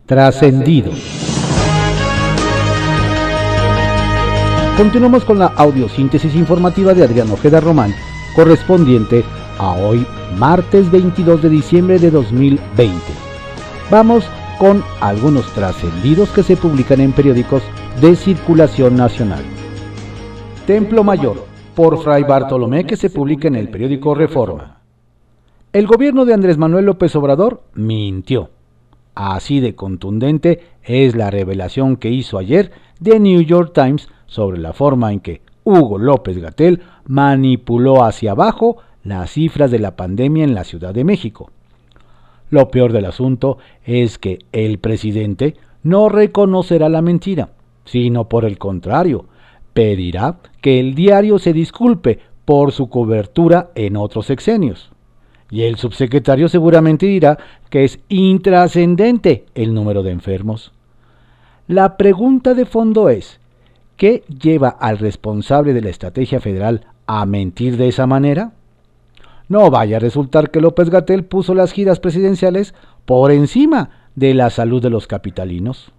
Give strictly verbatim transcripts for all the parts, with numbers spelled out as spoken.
Trascendido. Continuamos con la audiosíntesis informativa de Adrián Ojeda Román, correspondiente a hoy, martes veintidós de diciembre de dos mil veinte. Vamos con algunos trascendidos que se publican en periódicos de circulación nacional. Templo Mayor, por Fray Bartolomé, que se publica en el periódico Reforma. El gobierno de Andrés Manuel López Obrador mintió. Así de contundente es la revelación que hizo ayer The New York Times sobre la forma en que Hugo López-Gatell manipuló hacia abajo las cifras de la pandemia en la Ciudad de México. Lo peor del asunto es que el presidente no reconocerá la mentira, sino por el contrario, pedirá que el diario se disculpe por su cobertura en otros sexenios. Y el subsecretario seguramente dirá que es intrascendente el número de enfermos. La pregunta de fondo es, ¿qué lleva al responsable de la estrategia federal a mentir de esa manera? No vaya a resultar que López-Gatell puso las giras presidenciales por encima de la salud de los capitalinos.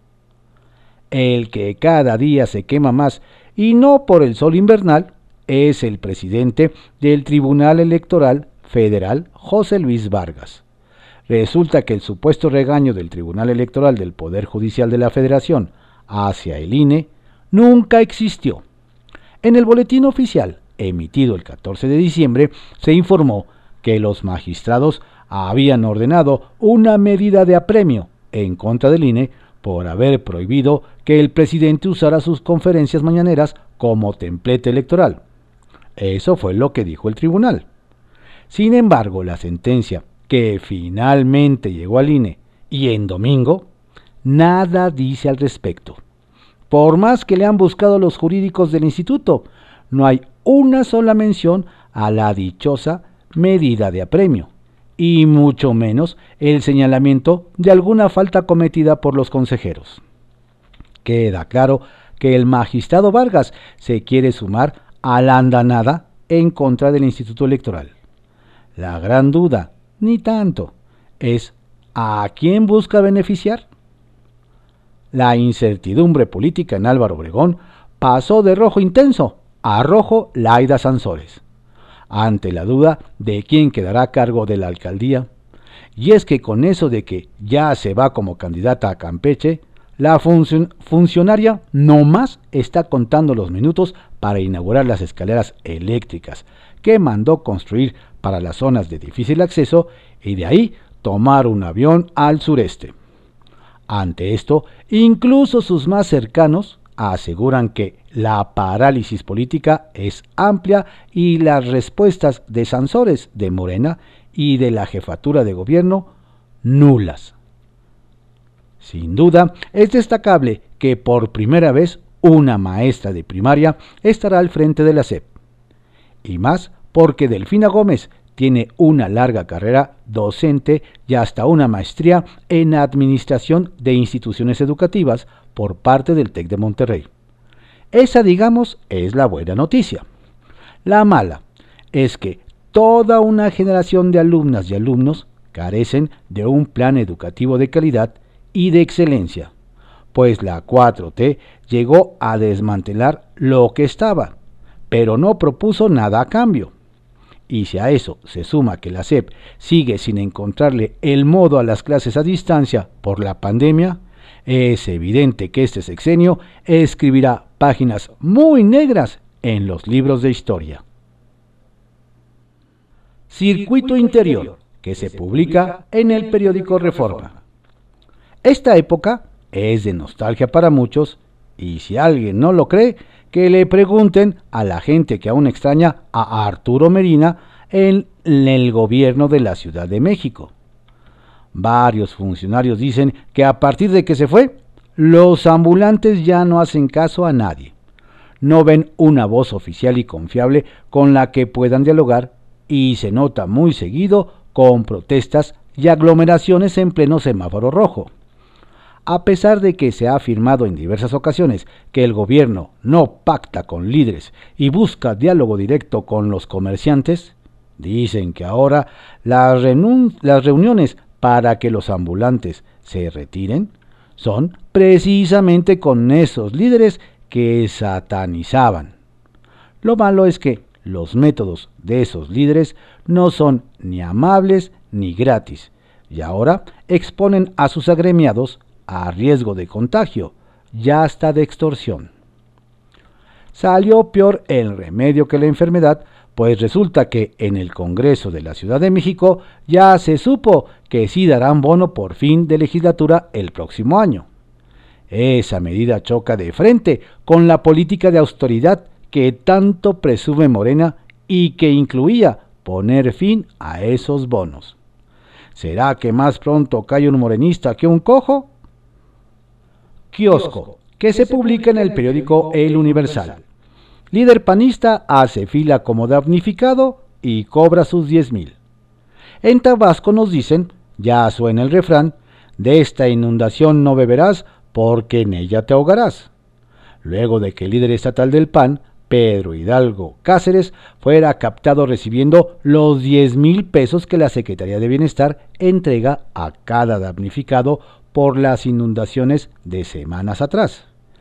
El que cada día se quema más, y no por el sol invernal, es el presidente del Tribunal Electoral Federal, José Luis Vargas. Resulta que el supuesto regaño del Tribunal Electoral del Poder Judicial de la Federación hacia el I N E nunca existió. En el boletín oficial, emitido el catorce de diciembre, se informó que los magistrados habían ordenado una medida de apremio en contra del I N E por haber prohibido que el presidente usara sus conferencias mañaneras como templete electoral. Eso fue lo que dijo el tribunal. Sin embargo, la sentencia que finalmente llegó al I N E y en domingo, nada dice al respecto. Por más que le han buscado los jurídicos del instituto, no hay una sola mención a la dichosa medida de apremio, y mucho menos el señalamiento de alguna falta cometida por los consejeros. Queda claro que el magistrado Vargas se quiere sumar a la andanada en contra del Instituto Electoral. La gran duda, ni tanto, es ¿a quién busca beneficiar? La incertidumbre política en Álvaro Obregón pasó de rojo intenso a rojo Laida Sansores, ante la duda de quién quedará a cargo de la alcaldía. Y es que con eso de que ya se va como candidata a Campeche, la funcion- funcionaria nomás está contando los minutos para inaugurar las escaleras eléctricas que mandó construir para las zonas de difícil acceso y de ahí tomar un avión al sureste. Ante esto, incluso sus más cercanos aseguran que la parálisis política es amplia y las respuestas de Sansores, de Morena y de la jefatura de gobierno nulas. Sin duda, es destacable que por primera vez una maestra de primaria estará al frente de la S E P. Y más porque Delfina Gómez tiene una larga carrera docente y hasta una maestría en Administración de Instituciones Educativas por parte del TEC de Monterrey. Esa, digamos, es la buena noticia. La mala es que toda una generación de alumnas y alumnos carecen de un plan educativo de calidad y de excelencia, pues la cuatro T llegó a desmantelar lo que estaba, pero no propuso nada a cambio. Y si a eso se suma que la S E P sigue sin encontrarle el modo a las clases a distancia por la pandemia, es evidente que este sexenio escribirá páginas muy negras en los libros de historia. Circuito Interior, que se publica en el periódico Reforma. Esta época es de nostalgia para muchos, y si alguien no lo cree, que le pregunten a la gente que aún extraña a Arturo Merina en el gobierno de la Ciudad de México. Varios funcionarios dicen que a partir de que se fue, los ambulantes ya no hacen caso a nadie. No ven una voz oficial y confiable con la que puedan dialogar y se nota muy seguido con protestas y aglomeraciones en pleno semáforo rojo. A pesar de que se ha afirmado en diversas ocasiones que el gobierno no pacta con líderes y busca diálogo directo con los comerciantes, dicen que ahora las, renun- las reuniones para que los ambulantes se retiren, son precisamente con esos líderes que satanizaban. Lo malo es que los métodos de esos líderes no son ni amables ni gratis, y ahora exponen a sus agremiados a riesgo de contagio, ya hasta de extorsión. Salió peor el remedio que la enfermedad, pues resulta que en el Congreso de la Ciudad de México ya se supo que sí darán bono por fin de legislatura el próximo año. Esa medida choca de frente con la política de austeridad que tanto presume Morena y que incluía poner fin a esos bonos. ¿Será que más pronto cae un morenista que un cojo? Kiosco, que se publica en el periódico El Universal. Líder panista hace fila como damnificado y cobra sus diez mil. En Tabasco nos dicen, ya suena el refrán, de esta inundación no beberás porque en ella te ahogarás. Luego de que el líder estatal del P A N, Pedro Hidalgo Cáceres, fuera captado recibiendo los diez mil pesos que la Secretaría de Bienestar entrega a cada damnificado por las inundaciones de semanas atrás.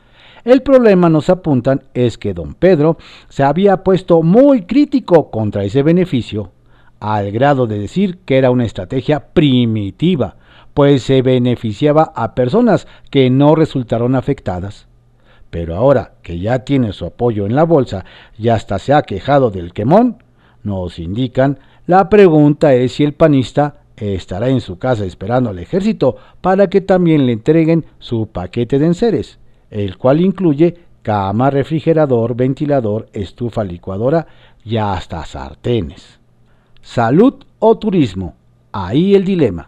El problema, nos apuntan, es que don Pedro se había puesto muy crítico contra ese beneficio, al grado de decir que era una estrategia primitiva, pues se beneficiaba a personas que no resultaron afectadas. Pero ahora que ya tiene su apoyo en la bolsa y hasta se ha quejado del quemón, nos indican, la pregunta es si el panista estará en su casa esperando al ejército para que también le entreguen su paquete de enseres, el cual incluye cama, refrigerador, ventilador, estufa, licuadora y hasta sartenes. ¿Salud o turismo? Ahí el dilema.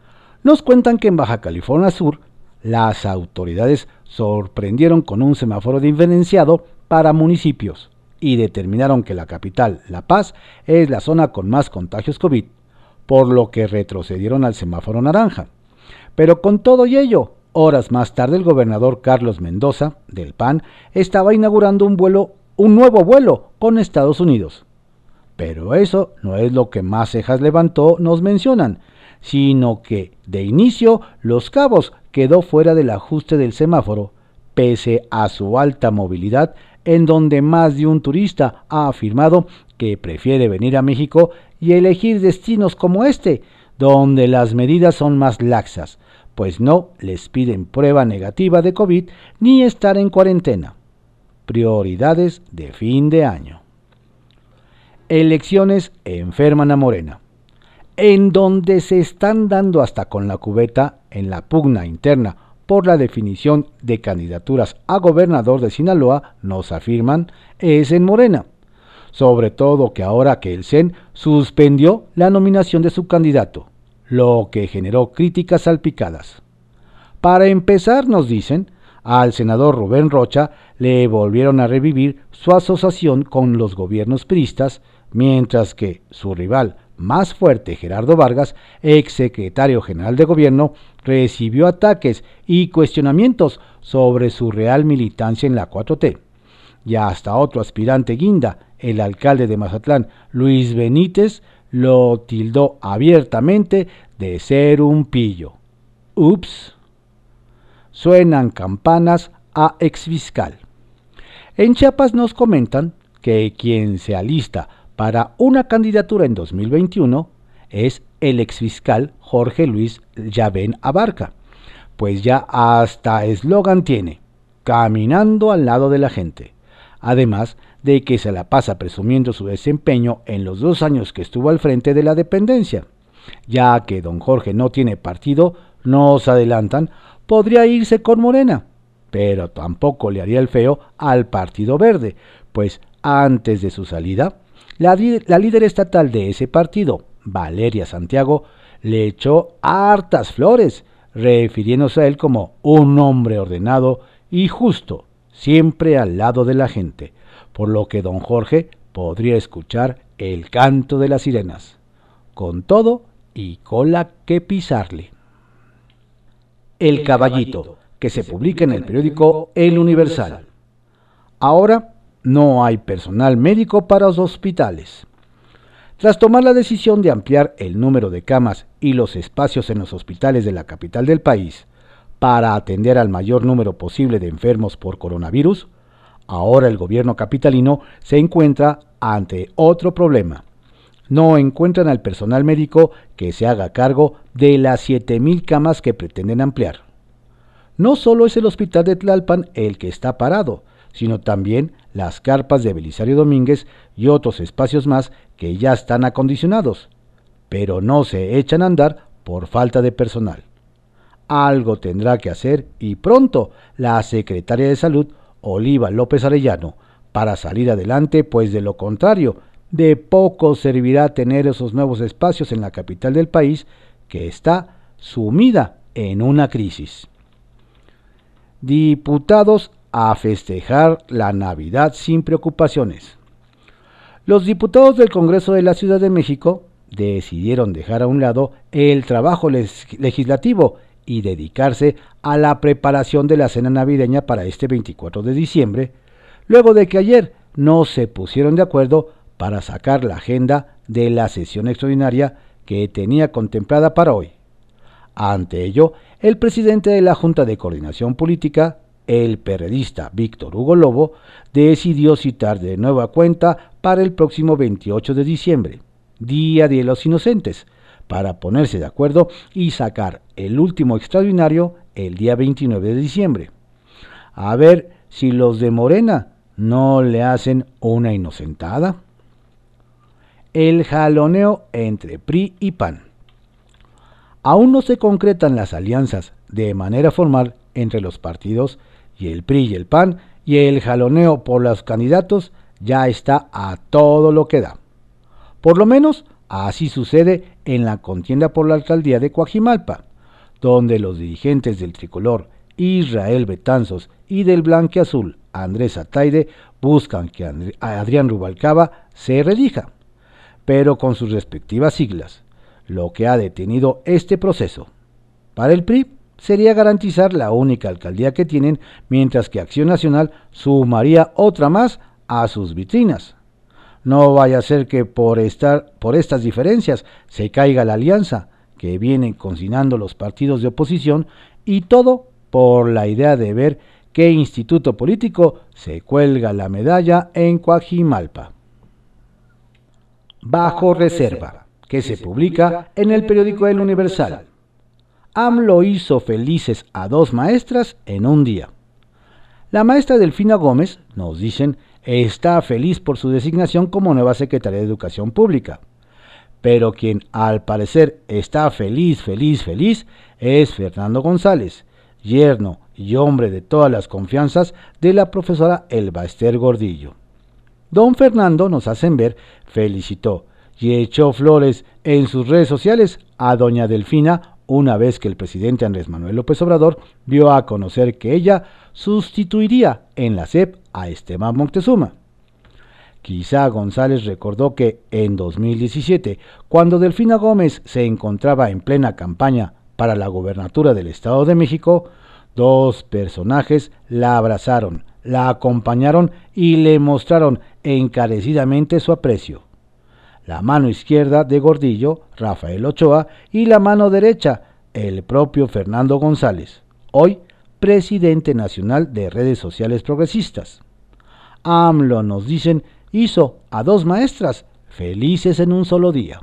Nos cuentan que en Baja California Sur, las autoridades sorprendieron con un semáforo diferenciado para municipios y determinaron que la capital, La Paz, es la zona con más contagios COVID, por lo que retrocedieron al semáforo naranja. Pero con todo y ello, horas más tarde el gobernador Carlos Mendoza, del P A N, estaba inaugurando un vuelo, un nuevo vuelo con Estados Unidos. Pero eso no es lo que más cejas levantó, nos mencionan, sino que, de inicio, Los Cabos quedó fuera del ajuste del semáforo, pese a su alta movilidad, en donde más de un turista ha afirmado que prefiere venir a México y elegir destinos como este, donde las medidas son más laxas, pues no les piden prueba negativa de COVID ni estar en cuarentena. Prioridades de fin de año. Elecciones enferman a Morena, en donde se están dando hasta con la cubeta en la pugna interna por la definición de candidaturas a gobernador de Sinaloa, nos afirman, es en Morena. Sobre todo que ahora que el C E N suspendió la nominación de su candidato, lo que generó críticas salpicadas. Para empezar, nos dicen, al senador Rubén Rocha le volvieron a revivir su asociación con los gobiernos priistas, mientras que su rival más fuerte, Gerardo Vargas, exsecretario general de gobierno, recibió ataques y cuestionamientos sobre su real militancia en la cuatro T. Y hasta otro aspirante guinda, el alcalde de Mazatlán, Luis Benítez, lo tildó abiertamente de ser un pillo. Ups. Suenan campanas a exfiscal. En Chiapas nos comentan que quien se alista para una candidatura en dos mil veintiuno es el exfiscal Jorge Luis Llavén Abarca, pues ya hasta eslogan tiene, caminando al lado de la gente, además de que se la pasa presumiendo su desempeño en los dos años que estuvo al frente de la dependencia. Ya que don Jorge no tiene partido, nos adelantan, podría irse con Morena, pero tampoco le haría el feo al Partido Verde, pues antes de su salida, La, la líder estatal de ese partido, Valeria Santiago, le echó hartas flores, refiriéndose a él como un hombre ordenado y justo, siempre al lado de la gente, por lo que don Jorge podría escuchar el canto de las sirenas, con todo y cola que pisarle. El Caballito, que se publica en el periódico El Universal. Ahora no hay personal médico para los hospitales. Tras tomar la decisión de ampliar el número de camas y los espacios en los hospitales de la capital del país para atender al mayor número posible de enfermos por coronavirus, ahora el gobierno capitalino se encuentra ante otro problema. No encuentran al personal médico que se haga cargo de las siete mil camas que pretenden ampliar. No solo es el hospital de Tlalpan el que está parado, sino también las carpas de Belisario Domínguez y otros espacios más que ya están acondicionados, pero no se echan a andar por falta de personal. Algo tendrá que hacer y pronto la secretaria de Salud, Oliva López Arellano, para salir adelante, pues de lo contrario, de poco servirá tener esos nuevos espacios en la capital del país que está sumida en una crisis. Diputados a festejar la Navidad sin preocupaciones. Los diputados del Congreso de la Ciudad de México decidieron dejar a un lado el trabajo legislativo y dedicarse a la preparación de la cena navideña para este veinticuatro de diciembre, luego de que ayer no se pusieron de acuerdo para sacar la agenda de la sesión extraordinaria que tenía contemplada para hoy. Ante ello, el presidente de la Junta de Coordinación Política, el perredista Víctor Hugo Lobo, decidió citar de nueva cuenta para el próximo veintiocho de diciembre, Día de los Inocentes, para ponerse de acuerdo y sacar el último extraordinario el día veintinueve de diciembre. A ver si los de Morena no le hacen una inocentada. El jaloneo entre P R I y P A N. Aún no se concretan las alianzas de manera formal entre los partidos y el P R I y el P A N, y el jaloneo por los candidatos ya está a todo lo que da. Por lo menos así sucede en la contienda por la alcaldía de Coajimalpa, donde los dirigentes del tricolor Israel Betanzos y del blanquiazul Andrés Ataide buscan que Andr- Adrián Rubalcaba se reelija, pero con sus respectivas siglas, lo que ha detenido este proceso. Para el P R I sería garantizar la única alcaldía que tienen, mientras que Acción Nacional sumaría otra más a sus vitrinas. No vaya a ser que por, estar, por estas diferencias se caiga la alianza que vienen cocinando los partidos de oposición, y todo por la idea de ver qué instituto político se cuelga la medalla en Coajimalpa. Bajo reserva, que se publica en el periódico El Universal. AMLO hizo felices a dos maestras en un día. La maestra Delfina Gómez, nos dicen, está feliz por su designación como nueva secretaria de Educación Pública. Pero quien al parecer está feliz, feliz, feliz es Fernando González, yerno y hombre de todas las confianzas de la profesora Elba Ester Gordillo. Don Fernando, nos hacen ver, felicitó y echó flores en sus redes sociales a doña Delfina una vez que el presidente Andrés Manuel López Obrador dio a conocer que ella sustituiría en la S E P a Esteban Moctezuma. Quizá González recordó que en dos mil diecisiete, cuando Delfina Gómez se encontraba en plena campaña para la gobernatura del Estado de México, dos personajes la abrazaron, la acompañaron y le mostraron encarecidamente su aprecio. La mano izquierda de Gordillo, Rafael Ochoa, y la mano derecha, el propio Fernando González, hoy presidente nacional de redes sociales progresistas. AMLO, nos dicen, hizo a dos maestras felices en un solo día.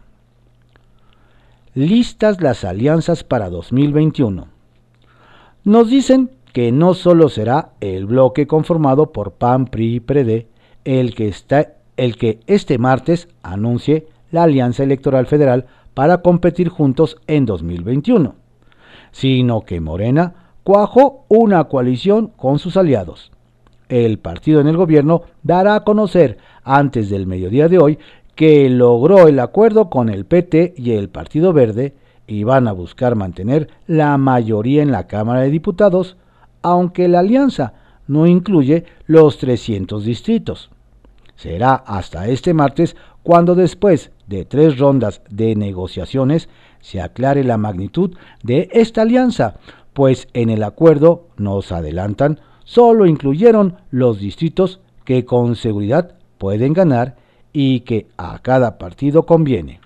Listas las alianzas para dos mil veintiuno. Nos dicen que no solo será el bloque conformado por P A N, P R I y P R D el que, está, el que este martes anuncie la Alianza Electoral Federal para competir juntos en dos mil veintiuno, sino que Morena cuajó una coalición con sus aliados. El partido en el gobierno dará a conocer antes del mediodía de hoy que logró el acuerdo con el P T y el Partido Verde y van a buscar mantener la mayoría en la Cámara de Diputados, aunque la alianza no incluye los trescientos distritos. Será hasta este martes cuando, después de tres rondas de negociaciones, se aclare la magnitud de esta alianza, pues en el acuerdo, nos adelantan, solo incluyeron los distritos que con seguridad pueden ganar y que a cada partido conviene.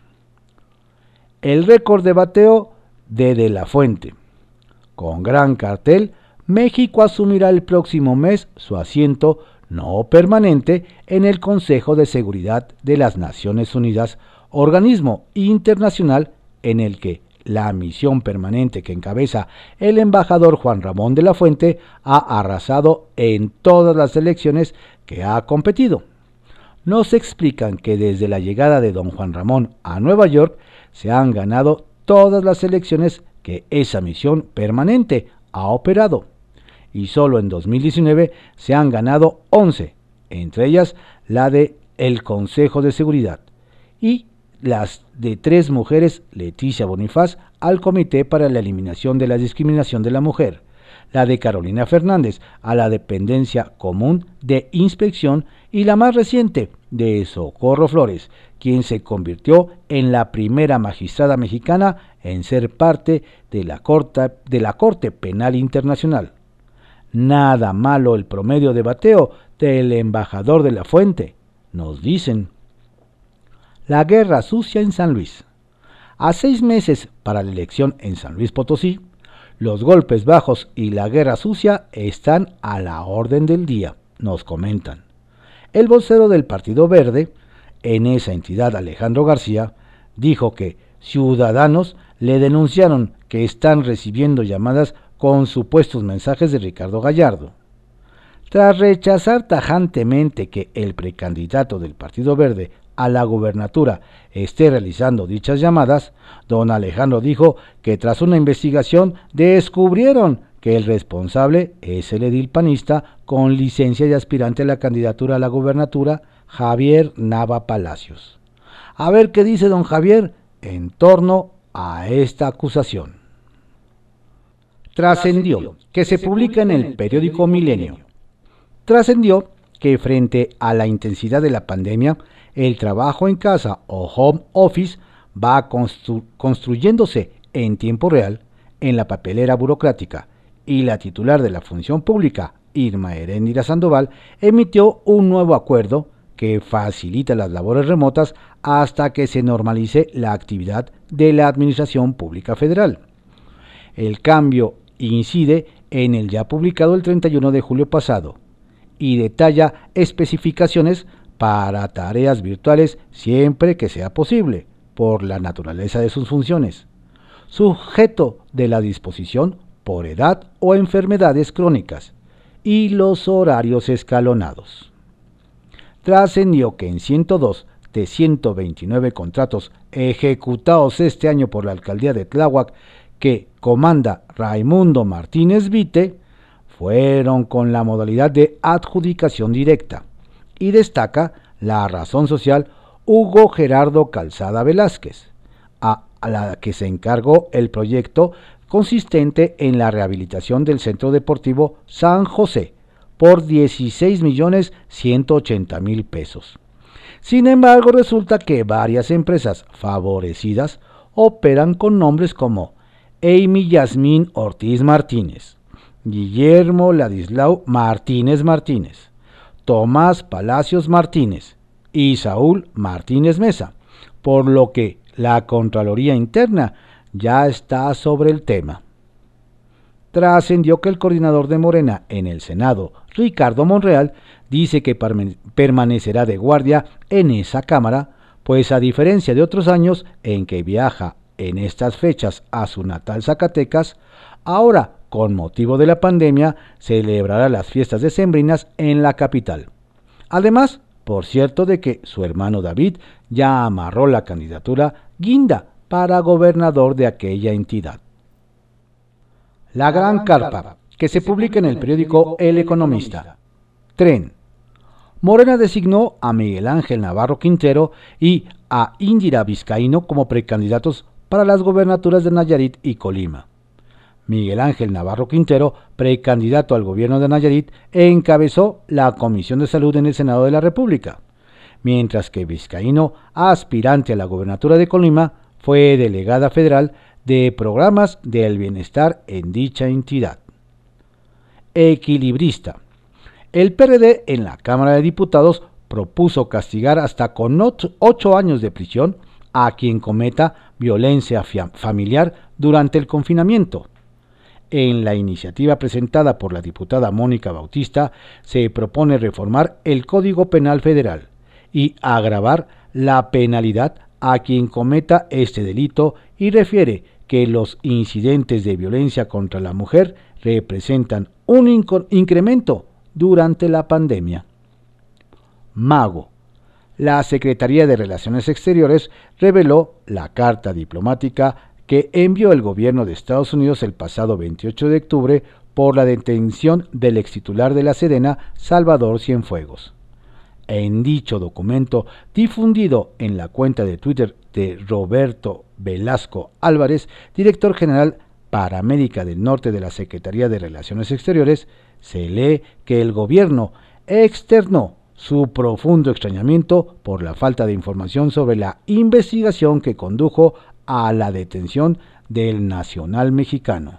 El récord de bateo de De La Fuente. Con gran cartel, México asumirá el próximo mes su asiento no permanente en el Consejo de Seguridad de las Naciones Unidas, organismo internacional en el que la misión permanente que encabeza el embajador Juan Ramón de la Fuente ha arrasado en todas las elecciones que ha competido. Nos explican que desde la llegada de don Juan Ramón a Nueva York se han ganado todas las elecciones que esa misión permanente ha operado, y solo en dos mil diecinueve se han ganado once, entre ellas la de el Consejo de Seguridad, y las de tres mujeres, Leticia Bonifaz, al Comité para la Eliminación de la Discriminación de la Mujer, la de Carolina Fernández, a la Dependencia Común de Inspección, y la más reciente, de Socorro Flores, quien se convirtió en la primera magistrada mexicana en ser parte de la Corte, de la Corte Penal Internacional. Nada malo el promedio de bateo del embajador de la Fuente, nos dicen. La guerra sucia en San Luis. A seis meses para la elección en San Luis Potosí, los golpes bajos y la guerra sucia están a la orden del día, nos comentan. El vocero del Partido Verde, en esa entidad Alejandro García, dijo que ciudadanos le denunciaron que están recibiendo llamadas con supuestos mensajes de Ricardo Gallardo. Tras rechazar tajantemente que el precandidato del Partido Verde a la gubernatura esté realizando dichas llamadas, don Alejandro dijo que tras una investigación descubrieron que el responsable es el edil panista con licencia de aspirante a la candidatura a la gubernatura, Javier Nava Palacios. A ver qué dice don Javier en torno a esta acusación. Trascendió que se publica en el periódico Milenio. Trascendió que frente a la intensidad de la pandemia, el trabajo en casa o home office va constru- construyéndose en tiempo real en la papelera burocrática, y la titular de la Función Pública, Irma Heréndira Sandoval, emitió un nuevo acuerdo que facilita las labores remotas hasta que se normalice la actividad de la Administración Pública Federal. El cambio incide en el ya publicado el treinta y uno de julio pasado y detalla especificaciones para tareas virtuales siempre que sea posible, por la naturaleza de sus funciones, sujeto de la disposición por edad o enfermedades crónicas, y los horarios escalonados. Trascendió que en ciento dos de ciento veintinueve contratos ejecutados este año por la alcaldía de Tláhuac, que comanda Raimundo Martínez Vite, fueron con la modalidad de adjudicación directa, y destaca la razón social Hugo Gerardo Calzada Velázquez, a, a la que se encargó el proyecto consistente en la rehabilitación del Centro Deportivo San José por dieciséis millones ciento ochenta mil pesos. Sin embargo, resulta que varias empresas favorecidas operan con nombres como Amy Yasmín Ortiz Martínez, Guillermo Ladislao Martínez Martínez, Tomás Palacios Martínez y Saúl Martínez Mesa, por lo que la Contraloría Interna ya está sobre el tema. Trascendió que el coordinador de Morena en el Senado, Ricardo Monreal, dice que permanecerá de guardia en esa Cámara, pues a diferencia de otros años en que viaja en estas fechas a su natal Zacatecas, ahora, con motivo de la pandemia, celebrará las fiestas decembrinas en la capital. Además, por cierto, de que su hermano David ya amarró la candidatura guinda para gobernador de aquella entidad. La Gran Carpa, que se publica en el periódico El Economista. Tren. Morena designó a Miguel Ángel Navarro Quintero y a Indira Vizcaíno como precandidatos para las gobernaturas de Nayarit y Colima. Miguel Ángel Navarro Quintero, precandidato al gobierno de Nayarit, encabezó la Comisión de Salud en el Senado de la República, mientras que Vizcaíno, aspirante a la gobernatura de Colima, fue delegada federal de programas del bienestar en dicha entidad. Equilibrista. El P R D en la Cámara de Diputados propuso castigar hasta con ocho años de prisión a quien cometa violencia familiar durante el confinamiento. En la iniciativa presentada por la diputada Mónica Bautista se propone reformar el Código Penal Federal y agravar la penalidad a quien cometa este delito y refiere que los incidentes de violencia contra la mujer representan un incremento durante la pandemia. Mago. La Secretaría de Relaciones Exteriores reveló la carta diplomática que envió el gobierno de Estados Unidos el pasado veintiocho de octubre por la detención del extitular de la Sedena, Salvador Cienfuegos. En dicho documento, difundido en la cuenta de Twitter de Roberto Velasco Álvarez, director general para América del Norte de la Secretaría de Relaciones Exteriores, se lee que el gobierno externó su profundo extrañamiento por la falta de información sobre la investigación que condujo a la detención del nacional mexicano.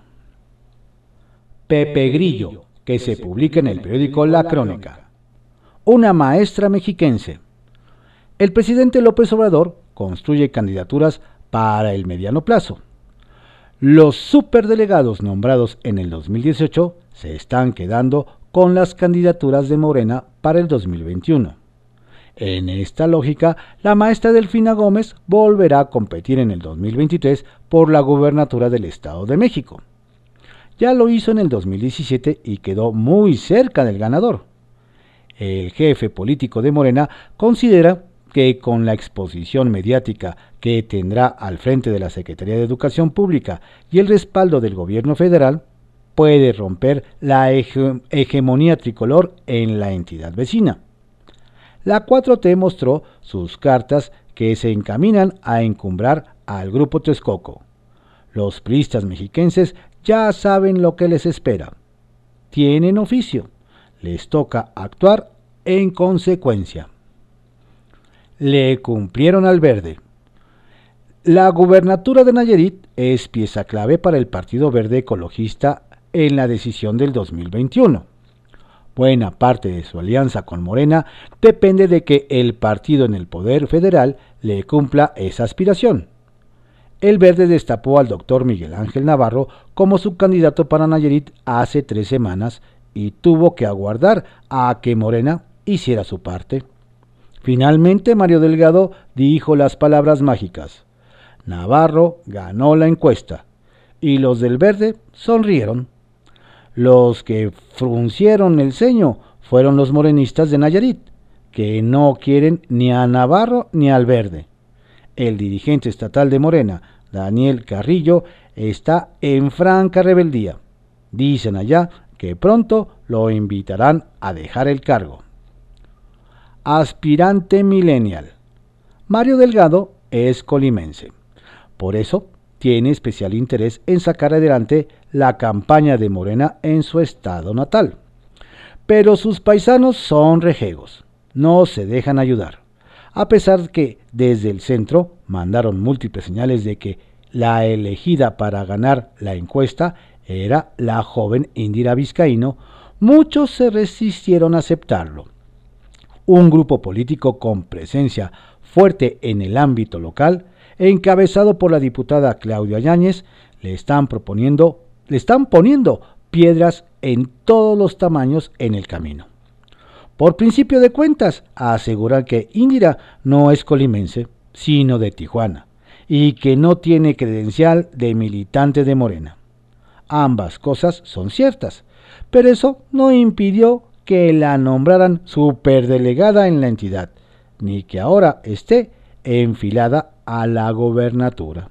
Pepe Grillo, que se publica en el periódico La Crónica. Una maestra mexiquense. El presidente López Obrador construye candidaturas para el mediano plazo. Los superdelegados nombrados en el dos mil dieciocho se están quedando con las candidaturas de Morena para el dos mil veintiuno. En esta lógica, la maestra Delfina Gómez volverá a competir en el dos mil veintitrés por la gubernatura del Estado de México. Ya lo hizo en el dos mil diecisiete y quedó muy cerca del ganador. El jefe político de Morena considera que con la exposición mediática que tendrá al frente de la Secretaría de Educación Pública y el respaldo del gobierno federal, puede romper la hege- hegemonía tricolor en la entidad vecina. La cuatro T mostró sus cartas que se encaminan a encumbrar al Grupo Texcoco. Los priistas mexiquenses ya saben lo que les espera. Tienen oficio. Les toca actuar en consecuencia. Le cumplieron al verde. La gubernatura de Nayarit es pieza clave para el Partido Verde Ecologista en la decisión del dos mil veintiuno. Buena parte de su alianza con Morena depende de que el partido en el poder federal le cumpla esa aspiración. El Verde destapó al doctor Miguel Ángel Navarro como su candidato para Nayarit hace tres semanas y tuvo que aguardar a que Morena hiciera su parte. Finalmente Mario Delgado dijo las palabras mágicas: Navarro ganó la encuesta, y los del Verde sonrieron. Los que fruncieron el ceño fueron los morenistas de Nayarit, que no quieren ni a Navarro ni al Verde. El dirigente estatal de Morena, Daniel Carrillo, está en franca rebeldía. Dicen allá que pronto lo invitarán a dejar el cargo. Aspirante millennial. Mario Delgado es colimense. Por eso tiene especial interés en sacar adelante la campaña de Morena en su estado natal. Pero sus paisanos son rejegos, no se dejan ayudar, a pesar que desde el centro mandaron múltiples señales de que la elegida para ganar la encuesta era la joven Indira Vizcaíno. Muchos se resistieron a aceptarlo. Un grupo político con presencia fuerte en el ámbito local, encabezado por la diputada Claudia Yáñez, le están proponiendo, le están poniendo piedras en todos los tamaños en el camino. Por principio de cuentas, aseguran que Indira no es colimense, sino de Tijuana, y que no tiene credencial de militante de Morena. Ambas cosas son ciertas, pero eso no impidió que la nombraran superdelegada en la entidad, ni que ahora esté enfilada a la gobernatura.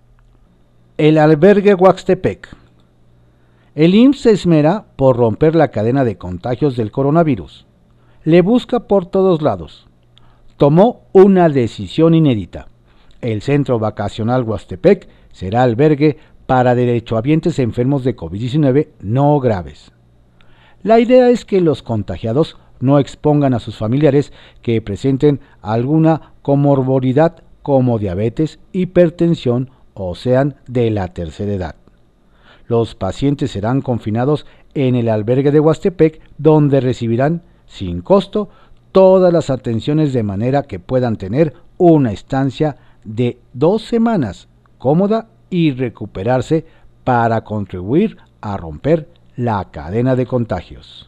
El albergue Huastepec. El I M S S se esmera por romper la cadena de contagios del coronavirus. Le busca por todos lados. Tomó una decisión inédita. El centro vacacional Huastepec será albergue para derechohabientes enfermos de COVID diecinueve no graves. La idea es que los contagiados no expongan a sus familiares que presenten alguna comorbilidad como diabetes, hipertensión o sean de la tercera edad. Los pacientes serán confinados en el albergue de Huastepec, donde recibirán, sin costo, todas las atenciones de manera que puedan tener una estancia de dos semanas cómoda y recuperarse para contribuir a romper la cadena de contagios.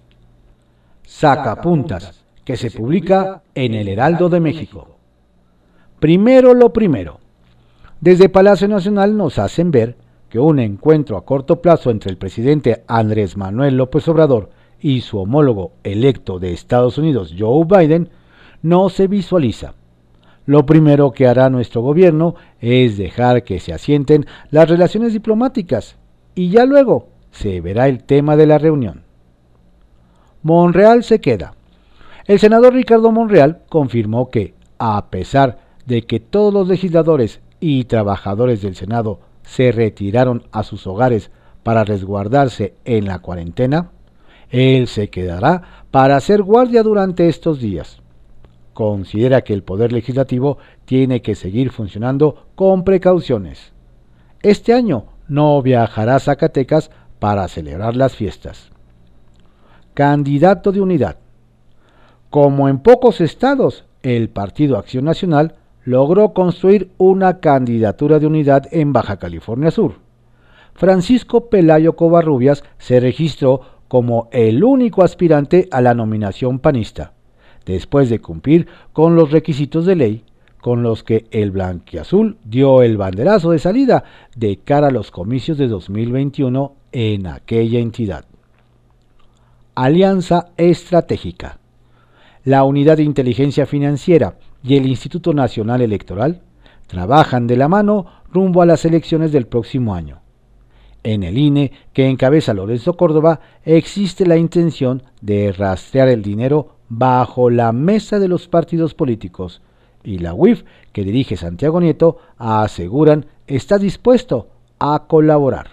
Sacapuntas, que se publica en el Heraldo de México. Primero lo primero. Desde Palacio Nacional nos hacen ver que un encuentro a corto plazo entre el presidente Andrés Manuel López Obrador y su homólogo electo de Estados Unidos, Joe Biden, no se visualiza. Lo primero que hará nuestro gobierno es dejar que se asienten las relaciones diplomáticas y ya luego se verá el tema de la reunión. Monreal se queda. El senador Ricardo Monreal confirmó que, a pesar de que todos los legisladores y trabajadores del Senado se retiraron a sus hogares para resguardarse en la cuarentena, él se quedará para hacer guardia durante estos días. Considera que el Poder Legislativo tiene que seguir funcionando con precauciones. Este año no viajará a Zacatecas para celebrar las fiestas. Candidato de unidad. Como en pocos estados, el Partido Acción Nacional logró construir una candidatura de unidad en Baja California Sur. Francisco Pelayo Covarrubias se registró como el único aspirante a la nominación panista, después de cumplir con los requisitos de ley con los que el blanquiazul dio el banderazo de salida de cara a los comicios de dos mil veintiuno en aquella entidad. Alianza Estratégica. La Unidad de Inteligencia Financiera y el Instituto Nacional Electoral trabajan de la mano rumbo a las elecciones del próximo año. En el I N E, que encabeza Lorenzo Córdoba, existe la intención de rastrear el dinero bajo la mesa de los partidos políticos, y la U I F, que dirige Santiago Nieto, aseguran está dispuesto a colaborar.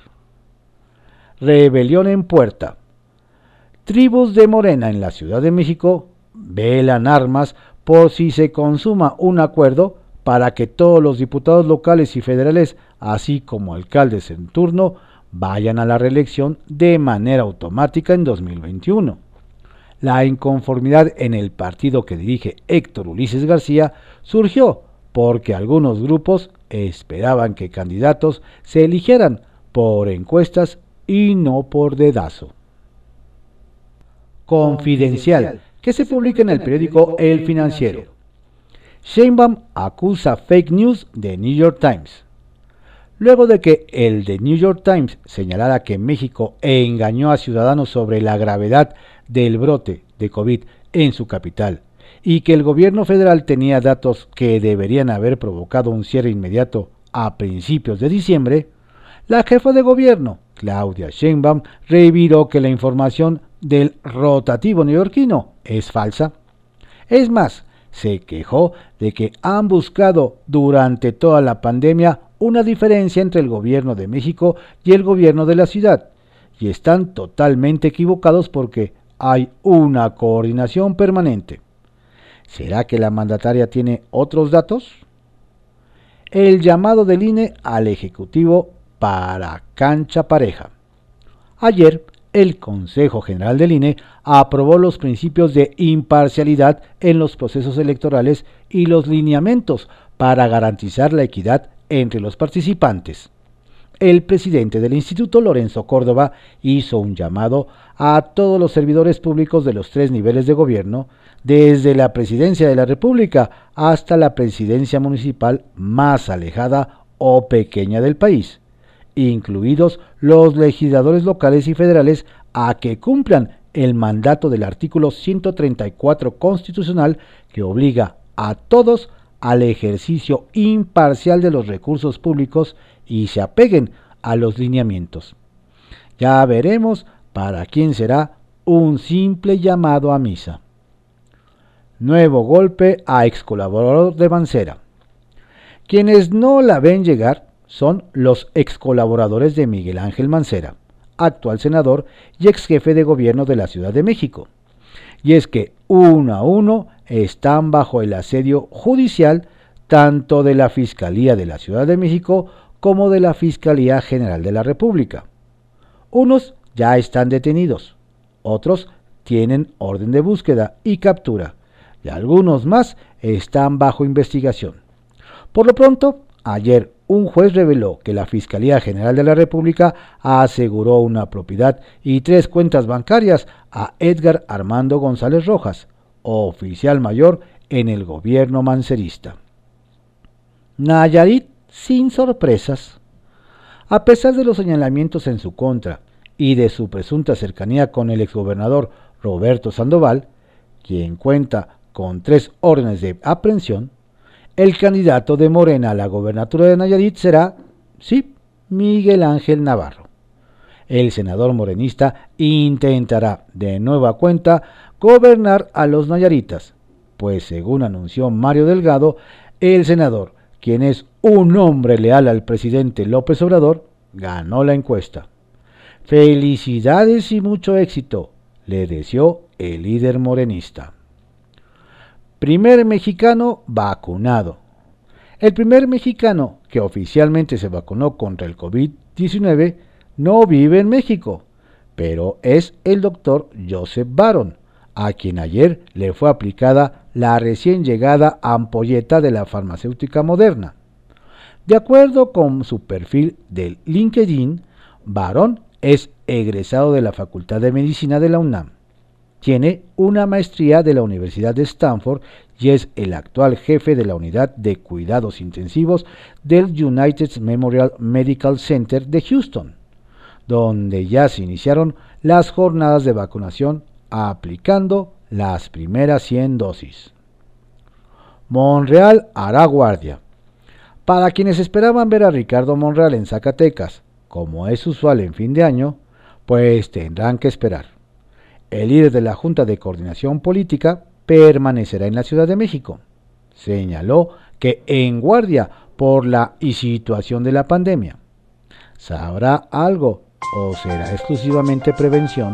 Rebelión en puerta. Tribus de Morena en la Ciudad de México velan armas por si se consuma un acuerdo para que todos los diputados locales y federales, así como alcaldes en turno, vayan a la reelección de manera automática en dos mil veintiuno. La inconformidad en el partido que dirige Héctor Ulises García surgió porque algunos grupos esperaban que candidatos se eligieran por encuestas y no por dedazo. Confidencial, que se publica en el periódico El Financiero. Sheinbaum acusa fake news de New York Times. Luego de que el The New York Times señalara que México engañó a ciudadanos sobre la gravedad del brote de COVID en su capital y que el gobierno federal tenía datos que deberían haber provocado un cierre inmediato a principios de diciembre, la jefa de gobierno, Claudia Sheinbaum, reviró que la información del rotativo neoyorquino es falsa. Es más, se quejó de que han buscado durante toda la pandemia una diferencia entre el gobierno de México y el gobierno de la ciudad, y están totalmente equivocados porque hay una coordinación permanente. ¿Será que la mandataria tiene otros datos? El llamado del I N E al Ejecutivo para cancha pareja. Ayer, el Consejo General del I N E aprobó los principios de imparcialidad en los procesos electorales y los lineamientos para garantizar la equidad entre los participantes. El presidente del instituto, Lorenzo Córdoba, hizo un llamado a todos los servidores públicos de los tres niveles de gobierno, desde la presidencia de la República hasta la presidencia municipal más alejada o pequeña del país, incluidos los legisladores locales y federales, a que cumplan el mandato del artículo ciento treinta y cuatro constitucional que obliga a todos al ejercicio imparcial de los recursos públicos y se apeguen a los lineamientos. Ya veremos para quién será un simple llamado a misa. Nuevo golpe a ex colaborador de Mancera. Quienes no la ven llegar son los ex colaboradores de Miguel Ángel Mancera, actual senador y ex jefe de gobierno de la Ciudad de México. Y es que uno a uno están bajo el asedio judicial tanto de la Fiscalía de la Ciudad de México como de la Fiscalía General de la República. Unos ya están detenidos, otros tienen orden de búsqueda y captura, y algunos más están bajo investigación. Por lo pronto, ayer un juez reveló que la Fiscalía General de la República aseguró una propiedad y tres cuentas bancarias a Edgar Armando González Rojas, oficial mayor en el gobierno mancerista. Nayarit sin sorpresas. A pesar de los señalamientos en su contra y de su presunta cercanía con el exgobernador Roberto Sandoval, quien cuenta con tres órdenes de aprehensión, el candidato de Morena a la gobernatura de Nayarit será, sí, Miguel Ángel Navarro. El senador morenista intentará de nueva cuenta gobernar a los nayaritas, pues según anunció Mario Delgado, el senador, quien es un hombre leal al presidente López Obrador, ganó la encuesta. Felicidades y mucho éxito, le deseó el líder morenista. Primer mexicano vacunado. El primer mexicano que oficialmente se vacunó contra el COVID diecinueve no vive en México, pero es el doctor Joseph Barón, a quien ayer le fue aplicada la recién llegada ampolleta de la farmacéutica Moderna. De acuerdo con su perfil del LinkedIn, Barón es egresado de la Facultad de Medicina de la UNAM. Tiene una maestría de la Universidad de Stanford y es el actual jefe de la unidad de cuidados intensivos del United Memorial Medical Center de Houston, donde ya se iniciaron las jornadas de vacunación aplicando las primeras cien dosis. Monreal hará guardia. Para quienes esperaban ver a Ricardo Monreal en Zacatecas, como es usual en fin de año, pues tendrán que esperar. El líder de la Junta de Coordinación Política permanecerá en la Ciudad de México. Señaló que en guardia por la situación de la pandemia. ¿Sabrá algo o será exclusivamente prevención?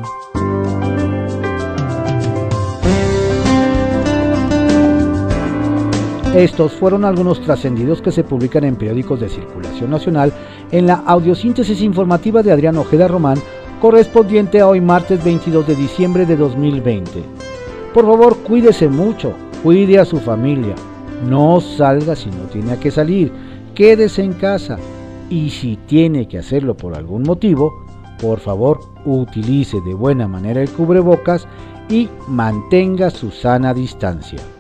Estos fueron algunos trascendidos que se publican en periódicos de circulación nacional en la audiosíntesis informativa de Adrián Ojeda Román, correspondiente a hoy martes veintidós de diciembre de dos mil veinte. Por favor, cuídese mucho, cuide a su familia, no salga si no tiene que salir, quédese en casa y si tiene que hacerlo por algún motivo, por favor, utilice de buena manera el cubrebocas y mantenga su sana distancia.